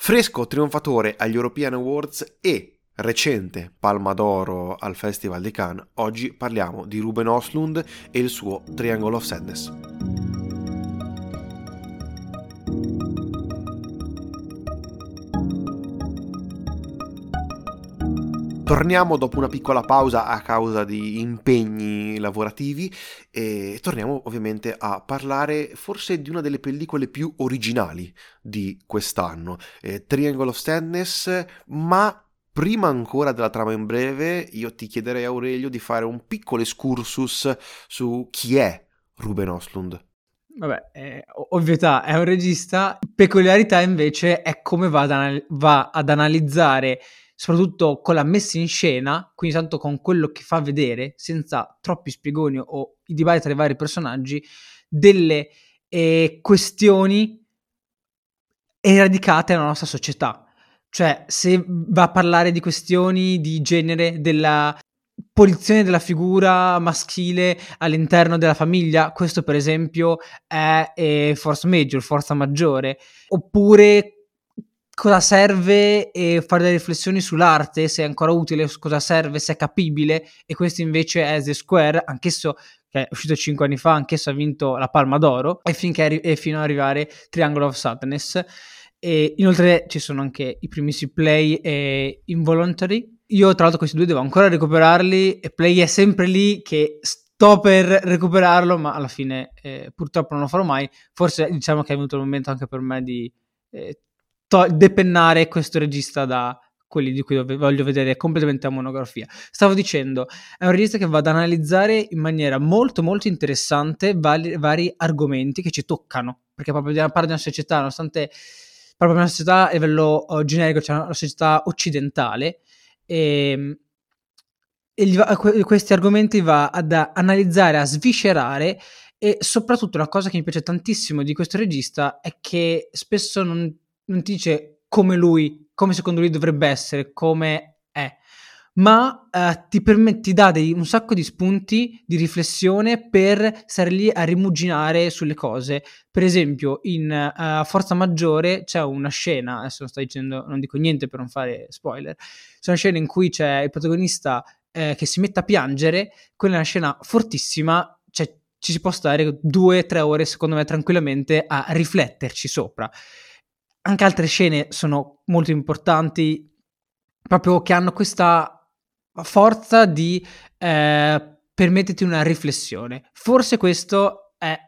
Fresco trionfatore agli European Awards e recente Palma d'Oro al Festival di Cannes, oggi parliamo di Ruben Östlund e il suo Triangle of Sadness. Torniamo dopo una piccola pausa a causa di impegni lavorativi e torniamo ovviamente a parlare forse di una delle pellicole più originali di quest'anno, Triangle of Sadness, ma prima ancora della trama in breve io ti chiederei, Aurelio, di fare un piccolo excursus su chi è Ruben Östlund. Vabbè, ovvietà, è un regista. Peculiarità invece è come va ad analizzare, soprattutto con la messa in scena, quindi tanto con quello che fa vedere, senza troppi spiegoni o i divari tra i vari personaggi, delle questioni eradicate nella nostra società. Cioè, se va a parlare di questioni di genere, della posizione della figura maschile all'interno della famiglia, questo per esempio è force major, forza maggiore, oppure cosa serve fare delle riflessioni sull'arte, se è ancora utile, cosa serve, se è capibile, e questo invece è The Square, anch'esso che è uscito 5 anni fa, anch'esso ha vinto la Palma d'Oro, e fino ad arrivare Triangle of Sadness. E inoltre ci sono anche i primissimi Play e Involuntary. Io tra l'altro questi due devo ancora recuperarli, e Play è sempre lì che sto per recuperarlo, ma alla fine purtroppo non lo farò mai. Forse diciamo che è venuto il momento anche per me di depennare questo regista da quelli di cui voglio vedere completamente la monografia. Stavo dicendo, è un regista che va ad analizzare in maniera molto molto interessante vari argomenti che ci toccano, perché proprio parla di una società, nonostante proprio una società a livello generico, cioè una società occidentale, e questi argomenti va ad analizzare, a sviscerare. E soprattutto la cosa che mi piace tantissimo di questo regista è che spesso non ti dice come secondo lui dovrebbe essere, come è, ma ti dà un sacco di spunti di riflessione per stare lì a rimuginare sulle cose. Per esempio in Forza Maggiore c'è una scena, adesso non dico niente per non fare spoiler, c'è una scena in cui c'è il protagonista che si mette a piangere. Quella è una scena fortissima, cioè ci si può stare 2-3 ore secondo me tranquillamente a rifletterci sopra. Anche altre scene sono molto importanti, proprio che hanno questa forza di permetterti una riflessione. Forse questo è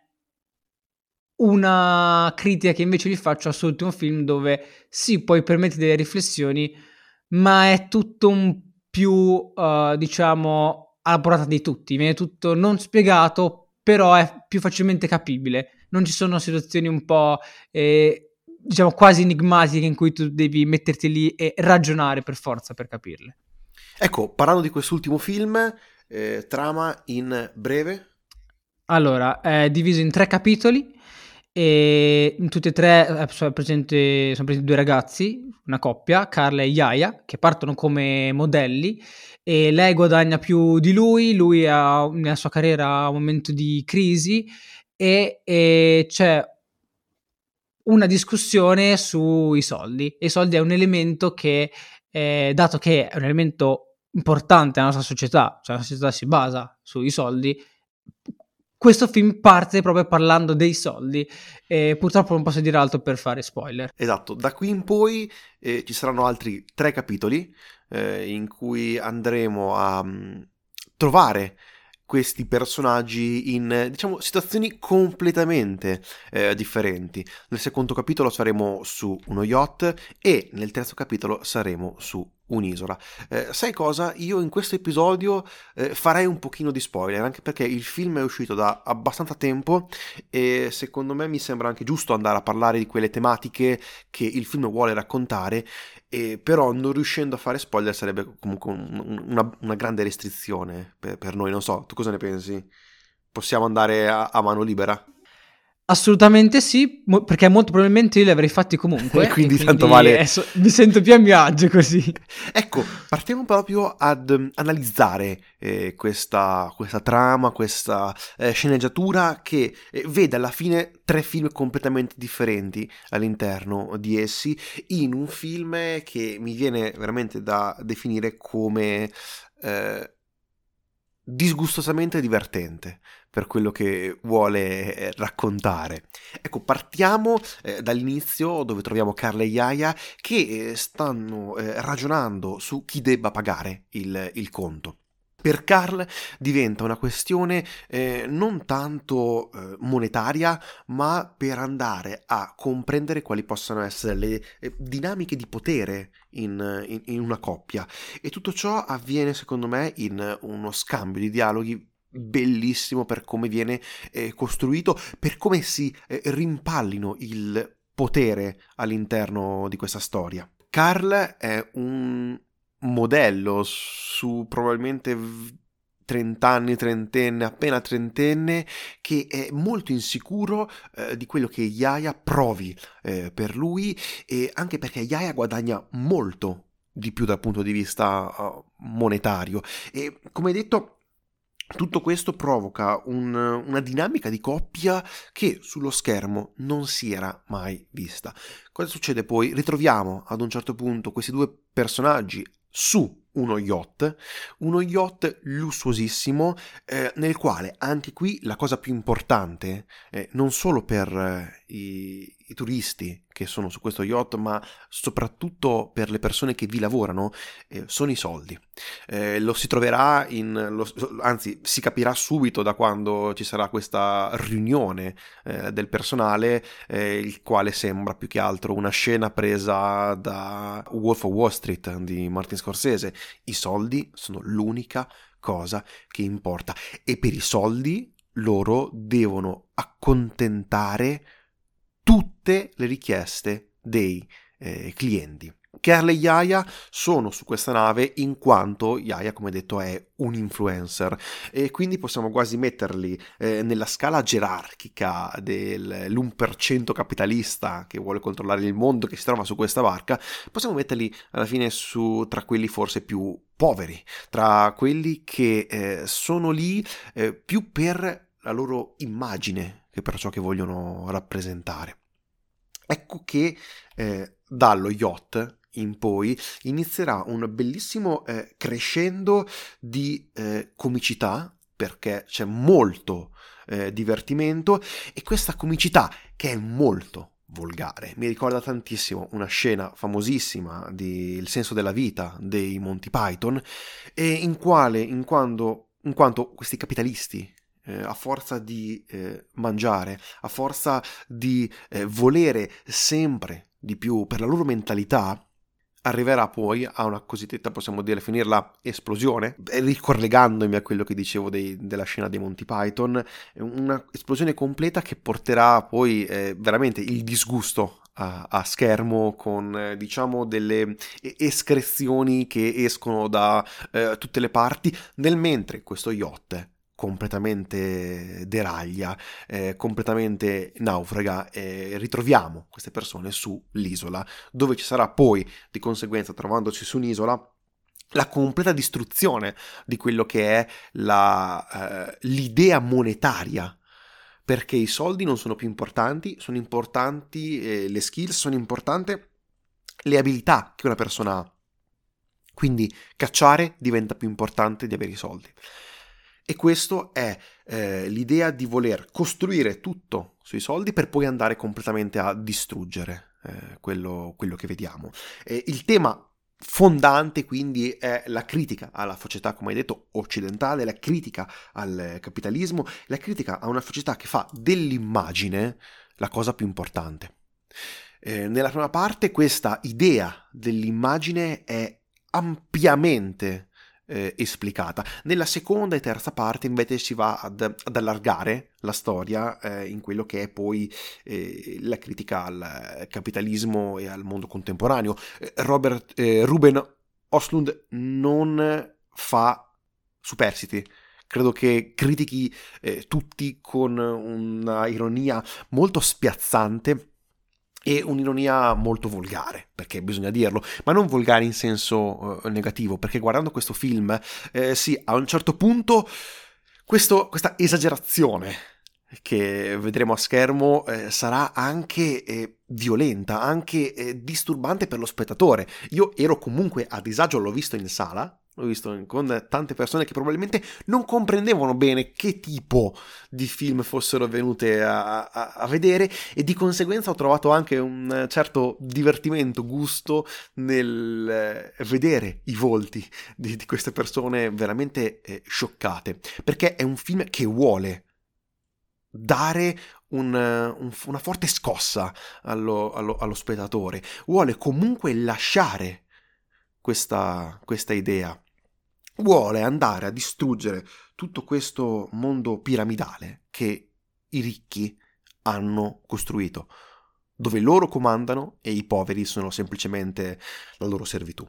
una critica che invece gli faccio al suo ultimo film, dove sì, puoi permettere delle riflessioni, ma è tutto un più diciamo alla portata di tutti, viene tutto non spiegato, però è più facilmente capibile. Non ci sono situazioni un po' diciamo quasi enigmatiche in cui tu devi metterti lì e ragionare per forza per capirle. Ecco, parlando di quest'ultimo film, trama in breve. Allora, è diviso in 3 capitoli e in tutti e 3 sono presenti due ragazzi, una coppia, Carla e Yaya, che partono come modelli, e lei guadagna più di lui ha nella sua carriera un momento di crisi, e c'è una discussione sui soldi. E i soldi è un elemento che, dato che è un elemento importante nella nostra società, cioè la società si basa sui soldi, questo film parte proprio parlando dei soldi, e purtroppo non posso dire altro per fare spoiler. Esatto, da qui in poi ci saranno altri 3 capitoli in cui andremo a trovare questi personaggi in, diciamo, situazioni completamente differenti. Nel secondo capitolo saremo su uno yacht e nel terzo capitolo saremo su un'isola. Sai cosa? Io in questo episodio farei un pochino di spoiler, anche perché il film è uscito da abbastanza tempo e secondo me mi sembra anche giusto andare a parlare di quelle tematiche che il film vuole raccontare, però non riuscendo a fare spoiler sarebbe comunque una grande restrizione per noi. Non so, tu cosa ne pensi? Possiamo andare a mano libera? Assolutamente sì, perché molto probabilmente io li avrei fatti comunque. Quindi e tanto quindi vale. mi sento più a mio agio così. Ecco, partiamo proprio ad analizzare questa trama, questa sceneggiatura che vede alla fine 3 film completamente differenti all'interno di essi, in un film che mi viene veramente da definire come disgustosamente divertente per quello che vuole raccontare. Ecco, partiamo dall'inizio, dove troviamo Carla e Yaya che stanno ragionando su chi debba pagare il conto. Per Carl diventa una questione non tanto monetaria, ma per andare a comprendere quali possano essere le dinamiche di potere in una coppia. E tutto ciò avviene, secondo me, in uno scambio di dialoghi bellissimo per come viene costruito, per come si rimpallino il potere all'interno di questa storia. Carl è un modello su probabilmente 30 anni, trentenne, appena trentenne, che è molto insicuro di quello che Yaya provi per lui, e anche perché Yaya guadagna molto di più dal punto di vista monetario. E come detto, tutto questo provoca una dinamica di coppia che sullo schermo non si era mai vista. Cosa succede poi? Ritroviamo ad un certo punto questi due personaggi su uno yacht lussuosissimo, nel quale anche qui la cosa più importante, non solo per i turisti che sono su questo yacht, ma soprattutto per le persone che vi lavorano, sono i soldi. Lo si troverà anzi si capirà subito da quando ci sarà questa riunione del personale, il quale sembra più che altro una scena presa da Wolf of Wall Street di Martin Scorsese. I soldi sono l'unica cosa che importa, e per i soldi loro devono accontentare tutte le richieste dei clienti. Carl e Yaya sono su questa nave in quanto Yaya, come detto, è un influencer, e quindi possiamo quasi metterli nella scala gerarchica dell'1% capitalista che vuole controllare il mondo, che si trova su questa barca. Possiamo metterli alla fine tra quelli forse più poveri, tra quelli che sono lì più per la loro immagine che per ciò che vogliono rappresentare. Ecco che dallo yacht in poi inizierà un bellissimo crescendo di comicità, perché c'è molto divertimento, e questa comicità che è molto volgare. Mi ricorda tantissimo una scena famosissima di Il senso della vita dei Monty Python, e in quanto questi capitalisti, a forza di mangiare, a forza di volere sempre di più per la loro mentalità, arriverà poi a una cosiddetta, possiamo definirla, esplosione, ricollegandomi a quello che dicevo della scena dei Monty Python, una esplosione completa che porterà poi veramente il disgusto a schermo, con diciamo delle escrezioni che escono da tutte le parti, nel mentre questo yacht completamente deraglia, completamente naufraga, e ritroviamo queste persone sull'isola, dove ci sarà poi, di conseguenza, trovandoci su un'isola, la completa distruzione di quello che è l'idea monetaria, perché i soldi non sono più importanti, sono importanti le skills, sono importanti le abilità che una persona ha. Quindi cacciare diventa più importante di avere i soldi. E questo è l'idea di voler costruire tutto sui soldi per poi andare completamente a distruggere quello che vediamo. Il tema fondante quindi è la critica alla società, come hai detto, occidentale, la critica al capitalismo, la critica a una società che fa dell'immagine la cosa più importante. Nella prima parte questa idea dell'immagine è ampiamente esplicata. Nella seconda e terza parte invece si va ad allargare la storia in quello che è poi la critica al capitalismo e al mondo contemporaneo. Ruben Östlund non fa superstiti credo che critichi tutti con una ironia molto spiazzante e un'ironia molto volgare, perché bisogna dirlo, ma non volgare in senso negativo, perché guardando questo film, sì, a un certo punto questa esagerazione che vedremo a schermo sarà anche violenta, anche disturbante per lo spettatore. Io ero comunque a disagio, l'ho visto in sala, l'ho visto con tante persone che probabilmente non comprendevano bene che tipo di film fossero venute a vedere, e di conseguenza ho trovato anche un certo divertimento, gusto nel vedere i volti di queste persone veramente scioccate, perché è un film che vuole dare una forte scossa allo spettatore, vuole comunque lasciare questa idea, vuole andare a distruggere tutto questo mondo piramidale che i ricchi hanno costruito, dove loro comandano e i poveri sono semplicemente la loro servitù.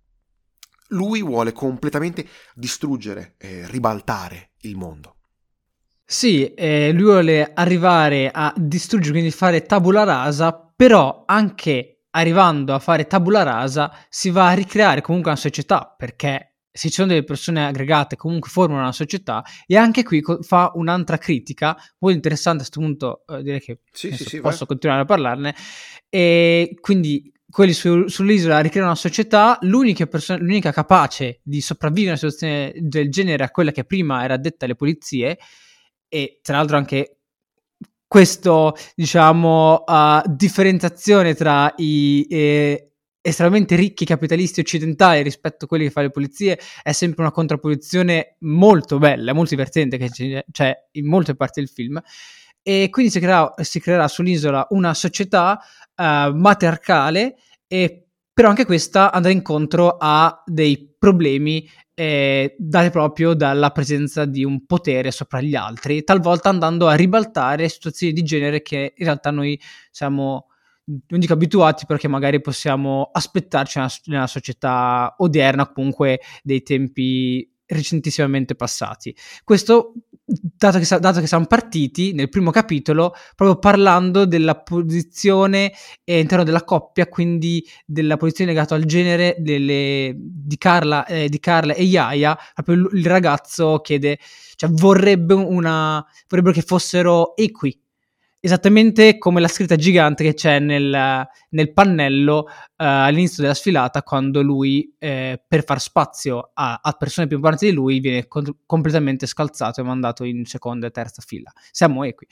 Lui vuole completamente distruggere e ribaltare il mondo. Sì, lui vuole arrivare a distruggere, quindi fare tabula rasa, però anche arrivando a fare tabula rasa si va a ricreare comunque una società, perché se ci sono delle persone aggregate comunque formano una società, e anche qui fa un'altra critica molto interessante. A questo punto direi che Sì, sì, sì, vai. posso continuare a parlarne, e quindi quelli sull'isola ricreano una società, l'unica capace di sopravvivere in una situazione del genere è quella che prima era addetta alle pulizie. E tra l'altro anche questo, diciamo, differenziazione tra i estremamente ricchi capitalisti occidentali rispetto a quelli che fa le pulizie è sempre una contrapposizione molto bella, molto divertente, che c'è in molte parti del film. E quindi si creerà sull'isola una società matriarcale, e però anche questa andrà incontro a dei problemi date proprio dalla presenza di un potere sopra gli altri, talvolta andando a ribaltare situazioni di genere che in realtà noi siamo, non dico abituati, perché magari possiamo aspettarci nella società odierna, comunque dei tempi recentissimamente passati. Questo dato che siamo partiti nel primo capitolo proprio parlando della posizione all'interno della coppia, quindi della posizione legata al genere di Carla e Yaya. Proprio il ragazzo chiede, cioè vorrebbero che fossero equi, esattamente come la scritta gigante che c'è nel pannello all'inizio della sfilata, quando lui per far spazio a persone più importanti di lui viene completamente scalzato e mandato in seconda e terza fila. Siamo equi.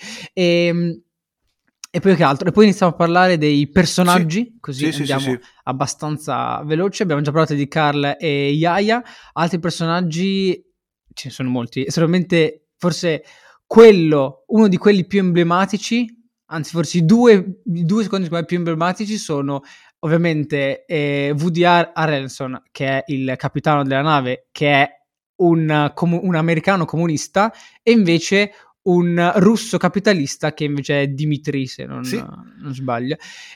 E poi che altro? E poi iniziamo a parlare dei Sì, personaggi, così sì, sì, sì, andiamo sì. abbastanza veloci. Abbiamo già parlato di Carl e Yaya. Altri personaggi, ce ne sono molti, solamente forse uno di quelli più emblematici, anzi forse i due secondi più emblematici sono ovviamente Woody Harrelson, che è il capitano della nave, che è un americano comunista, e invece un russo capitalista che invece è Dmitry, se Sì. non sbaglio,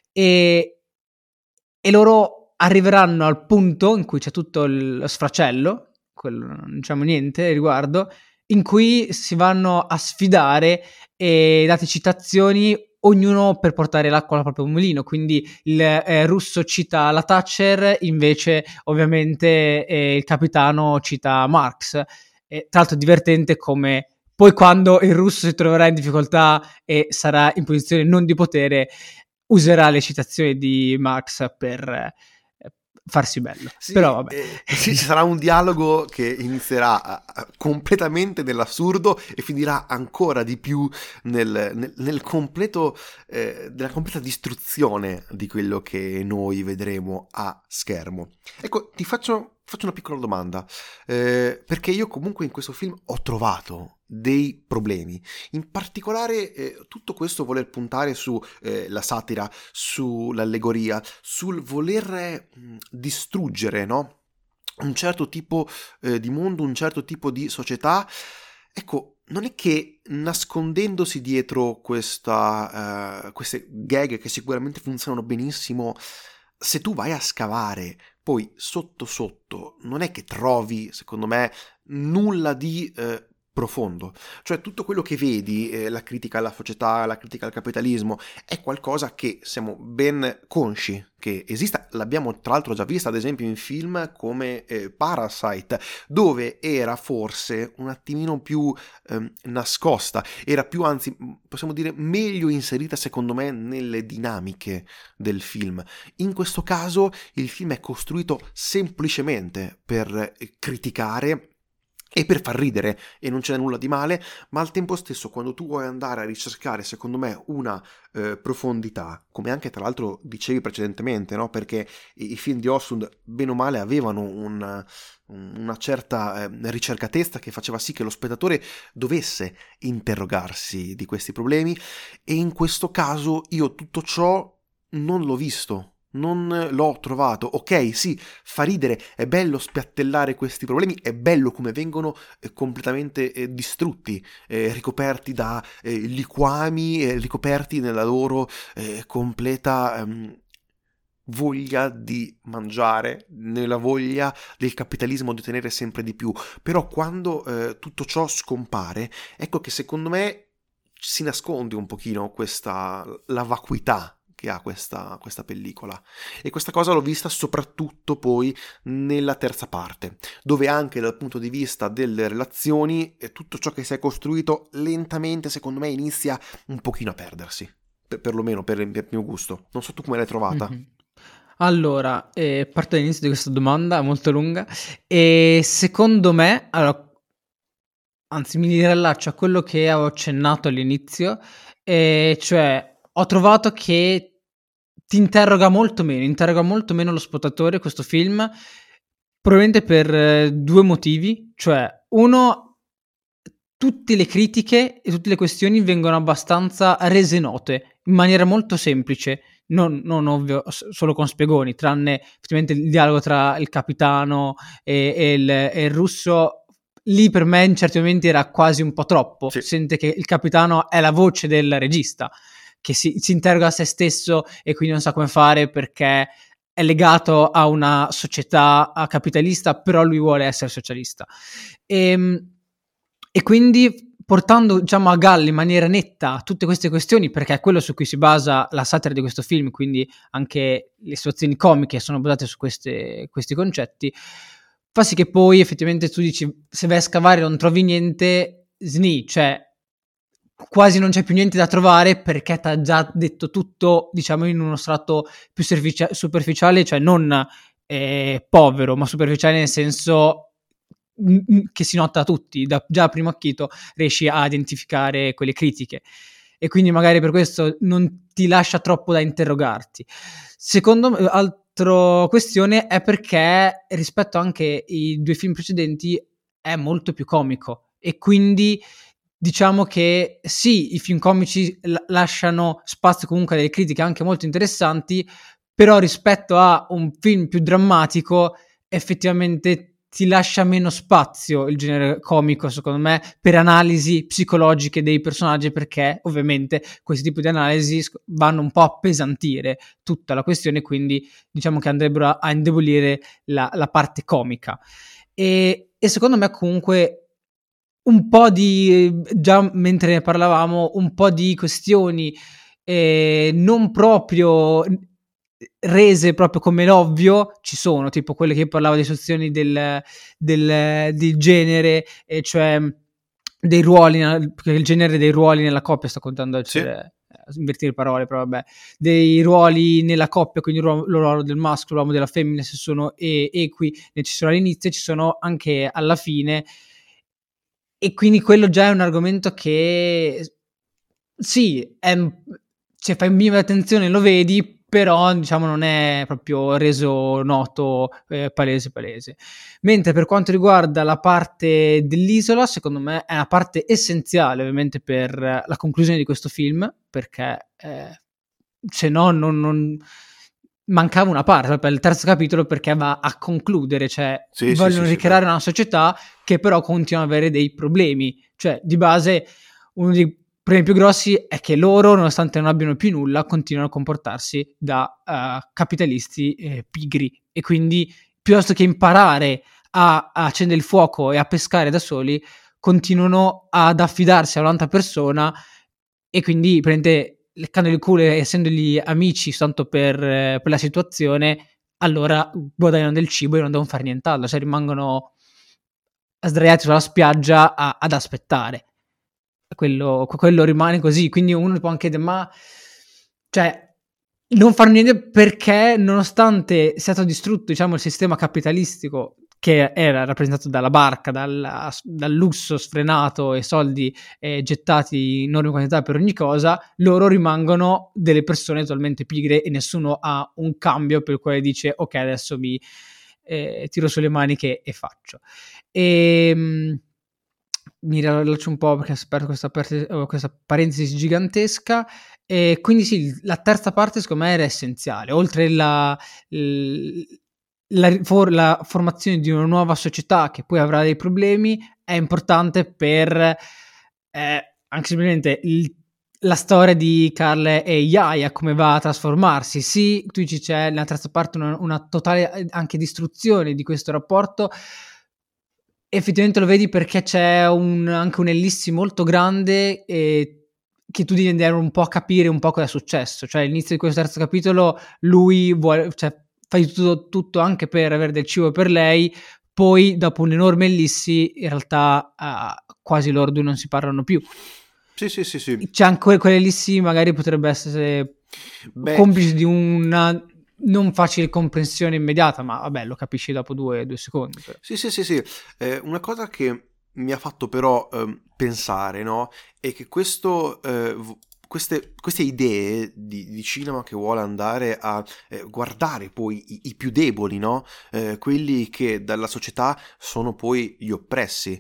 e loro arriveranno al punto in cui c'è tutto lo sfracello, quello non diciamo niente riguardo, in cui si vanno a sfidare, e date citazioni ognuno per portare l'acqua al proprio mulino. Quindi il russo cita la Thatcher, invece ovviamente il capitano cita Marx. Tra l'altro divertente come poi, quando il russo si troverà in difficoltà e sarà in posizione non di potere, userà le citazioni di Marx per farsi bello. Però Sì, vabbè. sì, ci sarà un dialogo che inizierà completamente nell'assurdo e finirà ancora di più nel completo, nella completa distruzione di quello che noi vedremo a schermo. Ecco, ti faccio una piccola domanda, perché io comunque in questo film ho trovato dei problemi, in particolare tutto questo voler puntare su la satira, sull'allegoria, sul voler distruggere, no? Un certo tipo di mondo, un certo tipo di società. Ecco, non è che nascondendosi dietro queste gag che sicuramente funzionano benissimo, se tu vai a scavare poi sotto sotto, non è che trovi, secondo me, nulla di profondo. Cioè tutto quello che vedi, la critica alla società, la critica al capitalismo, è qualcosa che siamo ben consci che esista. L'abbiamo tra l'altro già vista ad esempio in film come Parasite, dove era forse un attimino più nascosta, era più, anzi possiamo dire meglio inserita secondo me nelle dinamiche del film. In questo caso il film è costruito semplicemente per criticare e per far ridere, e non c'è nulla di male, ma al tempo stesso quando tu vuoi andare a ricercare, secondo me, una profondità, come anche tra l'altro dicevi precedentemente, no? Perché i film di Ossund, bene o male, avevano una certa ricercatezza che faceva sì che lo spettatore dovesse interrogarsi di questi problemi, e in questo caso io tutto ciò non l'ho visto. Non l'ho trovato. Ok, sì, fa ridere, è bello spiattellare questi problemi, è bello come vengono completamente distrutti, ricoperti da liquami, ricoperti nella loro completa voglia di mangiare, nella voglia del capitalismo di ottenere sempre di più. Però quando tutto ciò scompare, ecco che secondo me si nasconde un pochino la vacuità che ha questa pellicola, e questa cosa l'ho vista soprattutto poi nella terza parte, dove anche dal punto di vista delle relazioni tutto ciò che si è costruito lentamente secondo me inizia un pochino a perdersi, perlomeno per il mio gusto. Non so tu come l'hai trovata. Mhm. Allora, parto dall'inizio di questa domanda molto lunga e secondo me, allora, anzi mi riallaccio a quello che avevo accennato all'inizio, cioè ho trovato che interroga molto meno lo spettatore questo film, probabilmente per due motivi, cioè uno, tutte le critiche e tutte le questioni vengono abbastanza rese note in maniera molto semplice, non ovvio solo con spiegoni, tranne effettivamente il dialogo tra il capitano e il russo. Lì per me in certi momenti era quasi un po' troppo. Sì. Sente che il capitano è la voce del regista, che si interroga a se stesso e quindi non sa come fare perché è legato a una società capitalista, però lui vuole essere socialista. E quindi portando, diciamo, a galla in maniera netta tutte queste questioni, perché è quello su cui si basa la satira di questo film, quindi anche le situazioni comiche sono basate su questi concetti, fa sì che poi effettivamente tu dici, se vai a scavare non trovi niente, cioè quasi non c'è più niente da trovare perché ti ha già detto tutto, diciamo, in uno strato più superficiale, cioè non povero, ma superficiale nel senso che si nota a tutti, già a primo acchito riesci a identificare quelle critiche e quindi magari per questo non ti lascia troppo da interrogarti. Secondo me, altra questione è perché rispetto anche ai due film precedenti è molto più comico e quindi diciamo che sì, i film comici lasciano spazio comunque a delle critiche anche molto interessanti, però rispetto a un film più drammatico effettivamente ti lascia meno spazio il genere comico, secondo me, per analisi psicologiche dei personaggi, perché ovviamente questi tipi di analisi vanno un po' a appesantire tutta la questione, quindi diciamo che andrebbero a indebolire la parte comica. E secondo me comunque un po' di, già mentre ne parlavamo, un po' di questioni non proprio rese proprio come l'ovvio ci sono, tipo quelle che io parlavo di situazioni del genere, e cioè dei ruoli, il genere dei ruoli nella coppia, sto contando Sì. invertire parole, però vabbè, dei ruoli nella coppia, quindi l'uomo del maschio, l'uomo della femmina, se sono equi, ne ci sono all'inizio, ci sono anche alla fine, e quindi quello già è un argomento che sì, se fai un minimo di attenzione lo vedi, però diciamo non è proprio reso noto palese. Mentre per quanto riguarda la parte dell'isola, secondo me è una parte essenziale ovviamente per la conclusione di questo film, perché se no non mancava una parte per il terzo capitolo, perché va a concludere, cioè Sì, sì, sì, vogliono sì, ricreare vero. una società che però continua ad avere dei problemi, cioè di base uno dei problemi più grossi è che loro, nonostante non abbiano più nulla, continuano a comportarsi da capitalisti pigri, e quindi piuttosto che imparare a accendere il fuoco e a pescare da soli, continuano ad affidarsi all'altra persona e quindi prende leccando il culo e essendogli amici soltanto per la situazione, allora guadagnano del cibo e non devono fare nient'altro, cioè rimangono sdraiati sulla spiaggia ad aspettare. Quello rimane così, quindi uno può anche dire, ma cioè non fanno niente perché nonostante sia stato distrutto, diciamo, il sistema capitalistico che era rappresentato dalla barca, dal lusso sfrenato e soldi gettati in enormi quantità per ogni cosa, loro rimangono delle persone totalmente pigre e nessuno ha un cambio per cui dice ok, adesso mi tiro sulle maniche e faccio. Mi rilascio un po' perché ho aperto questa parentesi gigantesca. E quindi sì, la terza parte secondo me era essenziale. Oltre la formazione di una nuova società che poi avrà dei problemi, è importante per anche semplicemente la storia di Carl e Yaya, come va a trasformarsi. Sì, tu dici c'è nella terza parte una totale anche distruzione di questo rapporto. Effettivamente lo vedi perché c'è anche un'ellissi molto grande che tu devi andare un po' a capire un po' cosa è successo. Cioè all'inizio di questo terzo capitolo lui vuole, cioè fai tutto anche per avere del cibo per lei, poi dopo un'enorme ellissi in realtà quasi loro due non si parlano più. Sì. C'è anche quell'ellissi magari potrebbe essere complice di una non facile comprensione immediata, ma vabbè, lo capisci dopo due secondi. Però. Sì. Una cosa che mi ha fatto però pensare, no? È che queste idee di cinema che vuole andare a guardare poi i più deboli, no? Quelli che dalla società sono poi gli oppressi.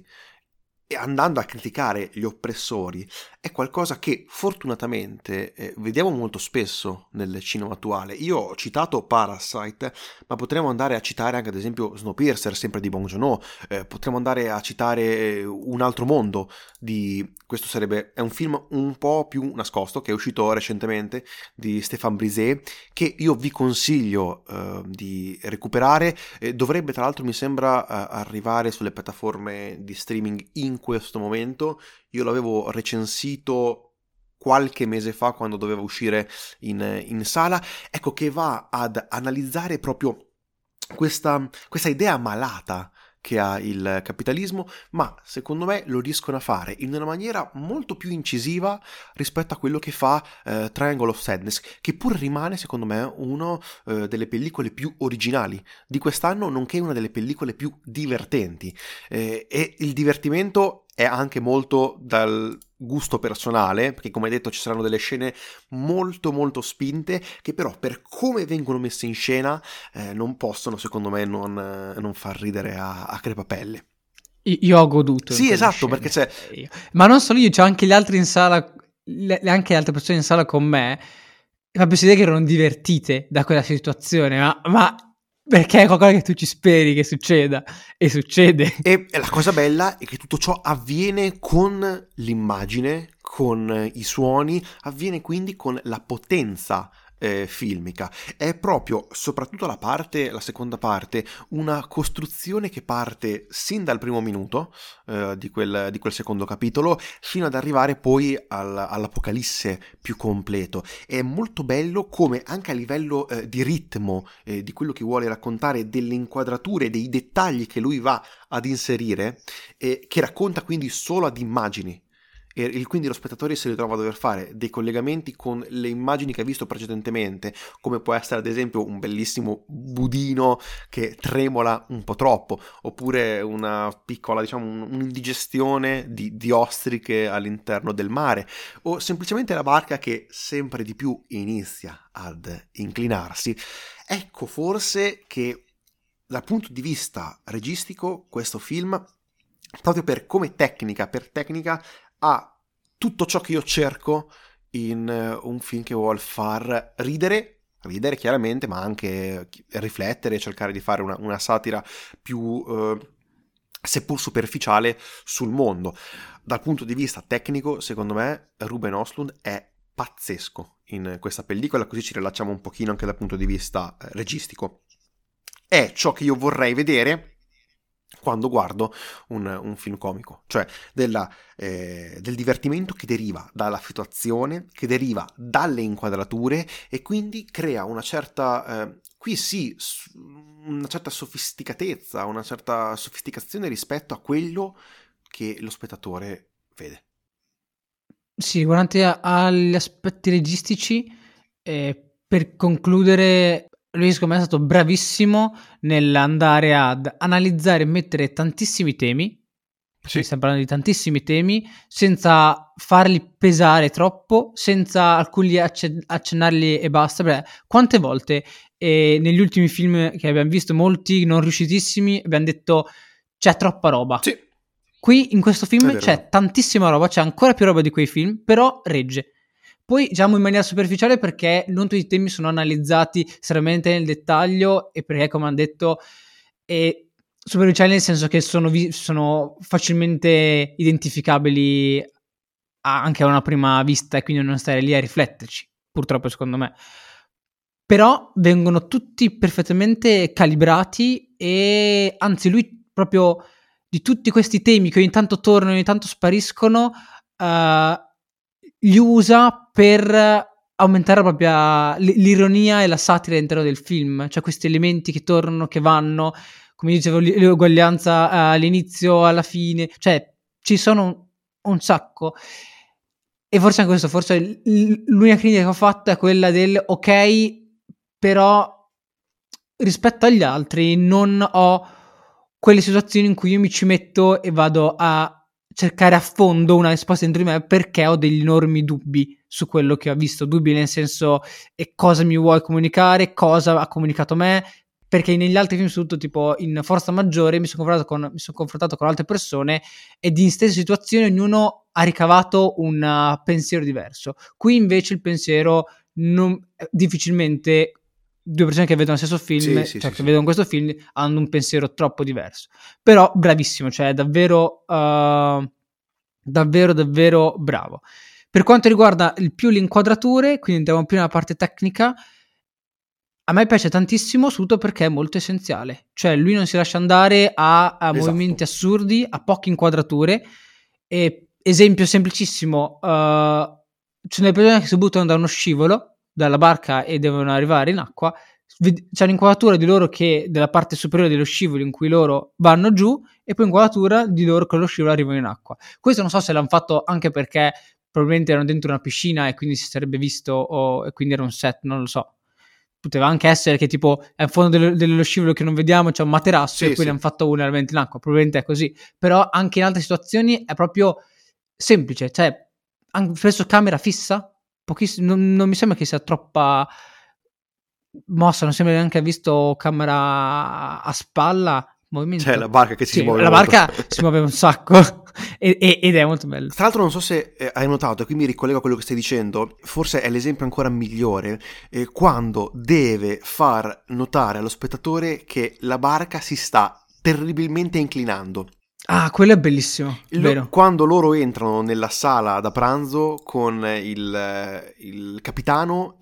E andando a criticare gli oppressori è qualcosa che fortunatamente vediamo molto spesso nel cinema attuale. Io ho citato Parasite, ma potremmo andare a citare anche ad esempio Snowpiercer, sempre di Bong Joon-ho, potremmo andare a citare Un altro mondo questo è un film un po' più nascosto che è uscito recentemente di Stéphane Brisé, che io vi consiglio di recuperare. Dovrebbe tra l'altro mi sembra arrivare sulle piattaforme di streaming in questo momento. Io l'avevo recensito qualche mese fa quando doveva uscire in sala, ecco, che va ad analizzare proprio questa idea malata che ha il capitalismo, ma secondo me lo riescono a fare in una maniera molto più incisiva rispetto a quello che fa Triangle of Sadness, che pur rimane secondo me una delle pellicole più originali di quest'anno, nonché una delle pellicole più divertenti. E il divertimento è anche molto dal gusto personale, perché come hai detto ci saranno delle scene molto molto spinte che però per come vengono messe in scena non possono secondo me non far ridere a crepapelle. Io ho goduto. Sì, esatto, scene. perché c'è... Ma non solo io, c'ho anche gli altri in sala, anche le altre persone in sala con me, e proprio si vede che erano divertite da quella situazione, ma perché è qualcosa che tu ci speri che succeda, e succede. E la cosa bella è che tutto ciò avviene con l'immagine, con i suoni, avviene quindi con la potenza filmica. È proprio, soprattutto la seconda parte, una costruzione che parte sin dal primo minuto di quel secondo capitolo fino ad arrivare poi all'apocalisse più completo. È molto bello come anche a livello di ritmo, di quello che vuole raccontare, delle inquadrature, dei dettagli che lui va ad inserire, che racconta quindi solo ad immagini. E quindi lo spettatore si ritrova a dover fare dei collegamenti con le immagini che ha visto precedentemente, come può essere ad esempio un bellissimo budino che tremola un po' troppo, oppure una piccola, diciamo, un'indigestione di ostriche all'interno del mare, o semplicemente la barca che sempre di più inizia ad inclinarsi. Ecco forse che dal punto di vista registico questo film, proprio per tecnica, ha tutto ciò che io cerco in un film che vuol far ridere chiaramente, ma anche riflettere, cercare di fare una satira più seppur superficiale sul mondo. Dal punto di vista tecnico, secondo me Ruben Östlund è pazzesco in questa pellicola, così ci rilacciamo un pochino anche dal punto di vista registico. È ciò che io vorrei vedere quando guardo un film comico, cioè del divertimento che deriva dalla situazione, che deriva dalle inquadrature e quindi crea una certa, qui sì, una certa sofisticatezza, una certa sofisticazione rispetto a quello che lo spettatore vede. Sì, guardate agli aspetti registici, per concludere, lui secondo me è stato bravissimo nell'andare ad analizzare e mettere tantissimi temi, perché Sì, stiamo parlando di tantissimi temi, senza farli pesare troppo, senza alcuni accennarli e basta. Perché quante volte negli ultimi film che abbiamo visto, molti non riuscitissimi, abbiamo detto c'è troppa roba. sì, Qui in questo è film vero, è vero. c'è tantissima roba, c'è ancora più roba di quei film, però regge. Poi diciamo in maniera superficiale perché non tutti i temi sono analizzati seriamente nel dettaglio e perché, come hanno detto, è superficiale nel senso che sono facilmente identificabili anche a una prima vista e quindi non stare lì a rifletterci, purtroppo secondo me. Però vengono tutti perfettamente calibrati e anzi lui proprio di tutti questi temi che ogni tanto tornano, ogni tanto spariscono, li usa per aumentare proprio l'ironia e la satira all'interno del film. Cioè questi elementi che tornano, che vanno, come dicevo, l'uguaglianza all'inizio, alla fine, cioè ci sono un sacco. E forse anche questo, forse l'unica critica che ho fatto è quella del ok, però rispetto agli altri non ho quelle situazioni in cui io mi ci metto e vado a cercare a fondo una risposta dentro di me perché ho degli enormi dubbi su quello che ho visto, dubbi nel senso e cosa mi vuoi comunicare, cosa ha comunicato me, perché negli altri film, soprattutto tipo in Forza Maggiore, mi sono confrontato con altre persone e in stesse situazioni ognuno ha ricavato un pensiero diverso. Qui invece il pensiero difficilmente due persone che vedono lo stesso film, Sì, sì, cioè sì, che sì. vedono questo film, hanno un pensiero troppo diverso. Però bravissimo, cioè davvero, davvero, davvero bravo. Per quanto riguarda le inquadrature, quindi andiamo più nella parte tecnica, a me piace tantissimo, soprattutto perché è molto essenziale. Cioè lui non si lascia andare a movimenti Esatto. assurdi, a poche inquadrature. E, esempio semplicissimo, ci sono delle persone che si buttano da uno scivolo, dalla barca e devono arrivare in acqua. C'è un'inquadratura di loro che della parte superiore dello scivolo in cui loro vanno giù e poi inquadratura di loro che lo scivolo arrivano in acqua. Questo non so se l'hanno fatto anche perché probabilmente erano dentro una piscina e quindi si sarebbe visto e quindi era un set, non lo so. Poteva anche essere che tipo è a fondo dello scivolo che non vediamo, c'è un materasso e Sì, poi ne sì. hanno fatto uno veramente in acqua, probabilmente è così. Però anche in altre situazioni è proprio semplice, cioè spesso camera fissa, non mi sembra che sia troppa mossa, non sembra neanche ha visto camera a spalla, C'è la movimento. barca che si Sì, muove la molto. barca si muove un sacco ed è molto bello. Tra l'altro non so se hai notato, e qui mi ricollego a quello che stai dicendo, forse è l'esempio ancora migliore, quando deve far notare allo spettatore che la barca si sta terribilmente inclinando. Ah, quello è bellissimo, vero? Quando loro entrano nella sala da pranzo con il capitano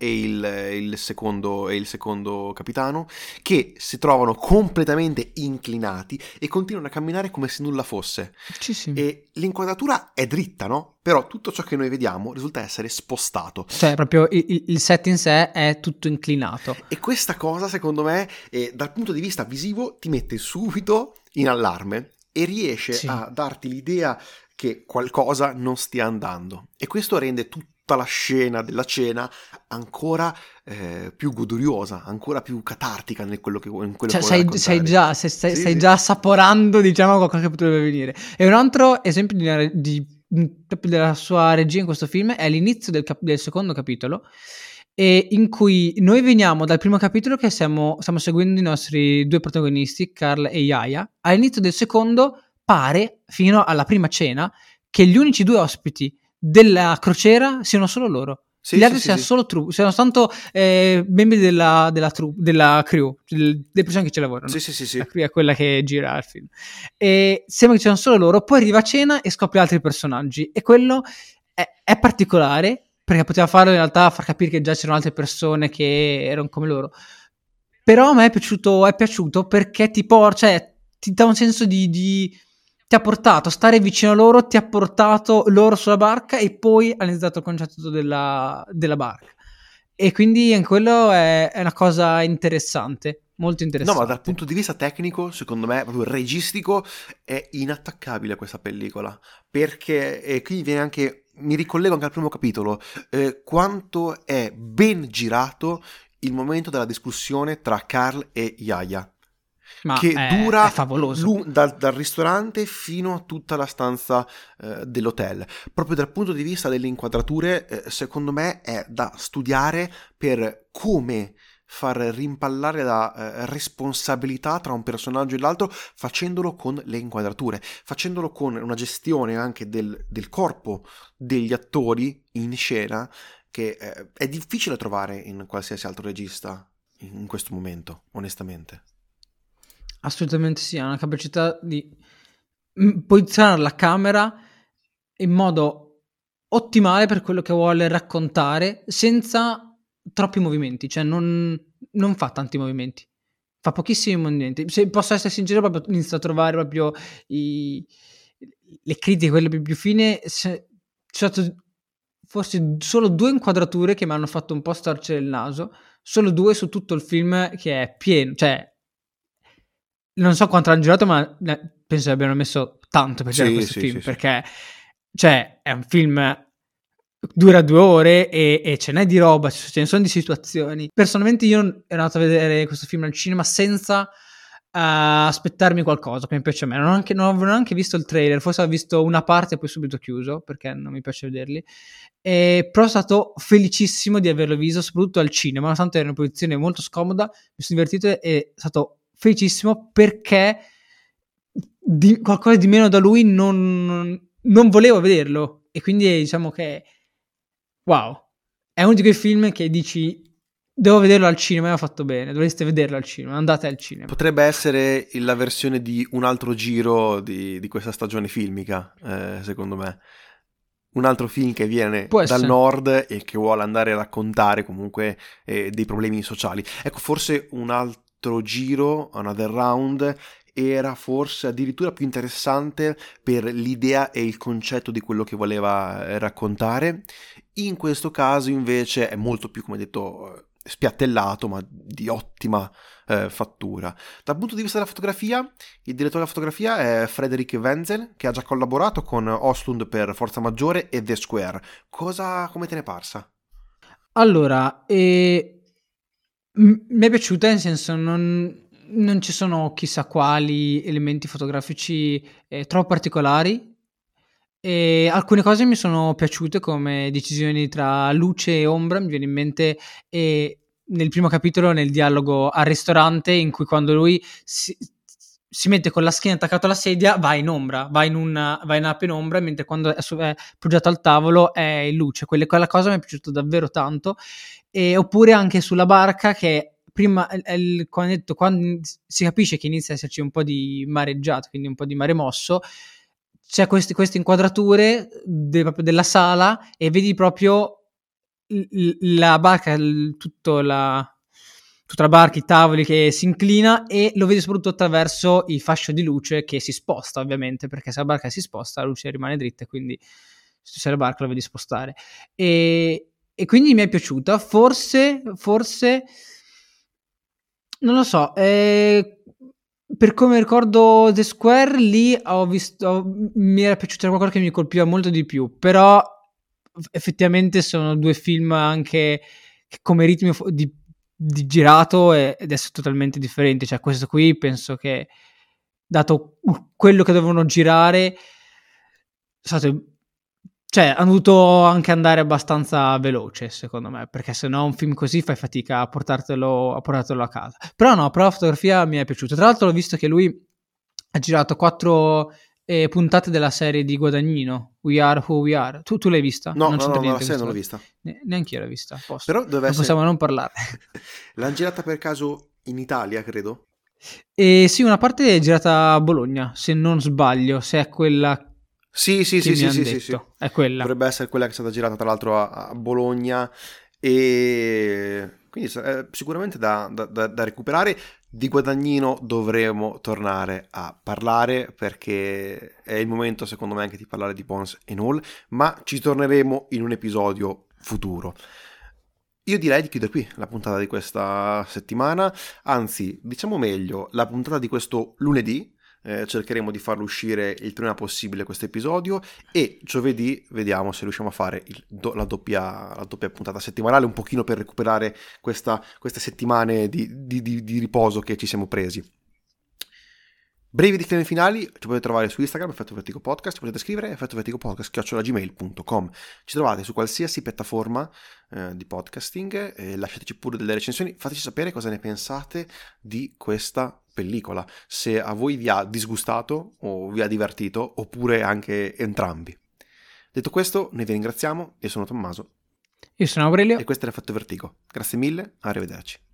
e il secondo capitano, che si trovano completamente inclinati e continuano a camminare come se nulla fosse. Sì, sì. E l'inquadratura è dritta, no? Però tutto ciò che noi vediamo risulta essere spostato. Cioè, proprio il set in sé è tutto inclinato. E questa cosa, secondo me, dal punto di vista visivo, ti mette subito in allarme e riesce Sì. a darti l'idea che qualcosa non stia andando. E questo rende tutta la scena della cena ancora più goduriosa, ancora più catartica in quello che Cioè, vuole raccontare. Sì, stai sì. già assaporando, diciamo, qualcosa che potrebbe venire. E un altro esempio proprio della sua regia in questo film è all'inizio del secondo capitolo, in cui noi veniamo dal primo capitolo che stiamo seguendo i nostri due protagonisti, Carl e Yaya. All'inizio del secondo pare, fino alla prima cena, che gli unici due ospiti della crociera siano solo loro. Sì, Gli sì, altri sì, siano sì. solo siano soltanto membri della crew, delle persone che ci lavorano. Sì, sì, sì, La sì. crew è quella che gira il film. E sembra che ci siano solo loro, poi arriva a cena e scopre altri personaggi. E quello è particolare, perché poteva farlo in realtà, far capire che già c'erano altre persone che erano come loro. Però a me è piaciuto perché cioè, ti dà un senso ti ha portato, stare vicino a loro, ti ha portato loro sulla barca e poi ha iniziato il concetto della barca. E quindi anche quello è una cosa interessante, molto No, ma dal interessante. punto di vista tecnico, secondo me, proprio registico, è inattaccabile questa pellicola. Perché, e qui viene anche, mi ricollego anche al primo capitolo, quanto è ben girato il momento della discussione tra Carl e Yaya, Ma che è dura favoloso. dal ristorante fino a tutta la stanza dell'hotel. Proprio dal punto di vista delle inquadrature, secondo me è da studiare per come far rimpallare la responsabilità tra un personaggio e l'altro, facendolo con le inquadrature, facendolo con una gestione anche del corpo degli attori in scena, che è difficile trovare in qualsiasi altro regista in questo momento, onestamente. Assolutamente sì, ha una capacità di posizionare la camera in modo ottimale per quello che vuole raccontare senza troppi movimenti, cioè non fa tanti movimenti, fa pochissimi movimenti. Se posso essere sincero, proprio inizio a trovare proprio i- le critiche, quelle più fine, c'è stato forse solo 2 inquadrature che mi hanno fatto un po' storcere il naso, solo 2 su tutto il film che è pieno, cioè non so quanto hanno girato, ma penso che abbiano messo tanto per girare Sì, questo sì, sì, film, sì. perché cioè è un film dura 2 ore e ce n'è di roba, ce ne sono di situazioni. Personalmente io ero andato a vedere questo film al cinema senza aspettarmi qualcosa che mi piace a me. Non avevo neanche visto il trailer, forse avevo visto una parte e poi subito chiuso, perché non mi piace vederli. Però sono stato felicissimo di averlo visto, soprattutto al cinema, nonostante era in una posizione molto scomoda, mi sono divertito e sono stato felicissimo perché qualcosa di meno da lui non volevo vederlo. E quindi diciamo che wow, è uno di quei film che dici devo vederlo al cinema e ha fatto bene, dovreste vederlo al cinema, andate al cinema. Potrebbe essere la versione di un altro giro di questa stagione filmica, secondo me. Un altro film che viene Può dal essere. nord e che vuole andare a raccontare comunque dei problemi sociali. Ecco, forse un altro giro, Another Round, era forse addirittura più interessante per l'idea e il concetto di quello che voleva raccontare. In questo caso invece è molto più, come detto, spiattellato, ma di ottima fattura. Dal punto di vista della fotografia, il direttore della fotografia è Frederick Wenzel, che ha già collaborato con Oslund per Forza Maggiore e The Square. Come te ne è parsa? Allora, mi è piaciuta, nel senso non ci sono chissà quali elementi fotografici troppo particolari. E alcune cose mi sono piaciute come decisioni tra luce e ombra, mi viene in mente nel primo capitolo, nel dialogo al ristorante, in cui quando lui si mette con la schiena attaccata alla sedia, va in ombra, va in penombra, mentre quando è poggiato al tavolo è in luce. Quella cosa mi è piaciuta davvero tanto. Oppure anche sulla barca che prima, quando si capisce che inizia a esserci un po' di mareggiato, quindi un po' di mare mosso, c'è queste inquadrature proprio della sala e vedi proprio la barca, tutta la barca, i tavoli che si inclina e lo vedi soprattutto attraverso il fascio di luce che si sposta ovviamente, perché se la barca si sposta la luce rimane dritta e quindi se c'è la barca la vedi spostare. E quindi mi è piaciuta, forse non lo so, per come ricordo The Square lì mi era piaciuto qualcosa che mi colpiva molto di più, però effettivamente sono 2 film anche che come ritmi di girato ed è totalmente differenti, cioè questo qui penso che dato quello che dovevano girare è stato cioè, hanno dovuto anche andare abbastanza veloce, secondo me, perché se no un film così fai fatica a portartelo a casa. Però la fotografia mi è piaciuta. Tra l'altro ho visto che lui ha girato 4 puntate della serie di Guadagnino, We Are Who We Are. Tu l'hai vista? No, Non no, no, c'entra no, la niente serie questa non l'ho cosa. vista. Neanche io l'ho vista, a posto. Però deve Non essere... possiamo non parlarne. L'hanno girata per caso in Italia, credo? E sì, una parte è girata a Bologna, se non sbaglio, se è quella Sì, sì, che sì, mi sì, hanno sì, sì, sì. detto. È quella. Dovrebbe essere quella che è stata girata tra l'altro a Bologna. E quindi sicuramente da recuperare. Di Guadagnino dovremo tornare a parlare, perché è il momento secondo me anche di parlare di Bones and All, ma ci torneremo in un episodio futuro. Io direi di chiudere qui la puntata di questa settimana, anzi, diciamo meglio, la puntata di questo lunedì. Cercheremo di farlo uscire il prima possibile questo episodio, e giovedì vediamo se riusciamo a fare la doppia puntata settimanale, un pochino per recuperare queste settimane di riposo che ci siamo presi. Brevi disclaimer finali, ci potete trovare su Instagram, Effetto Vertigo Podcast, potete scrivere effettovertigopodcast@gmail.com. Ci trovate su qualsiasi piattaforma di podcasting, lasciateci pure delle recensioni, fateci sapere cosa ne pensate di questa pellicola, se a voi vi ha disgustato o vi ha divertito, oppure anche entrambi. Detto questo, noi vi ringraziamo, io sono Tommaso. Io sono Aurelio. E questo è l'Effetto Vertigo. Grazie mille, arrivederci.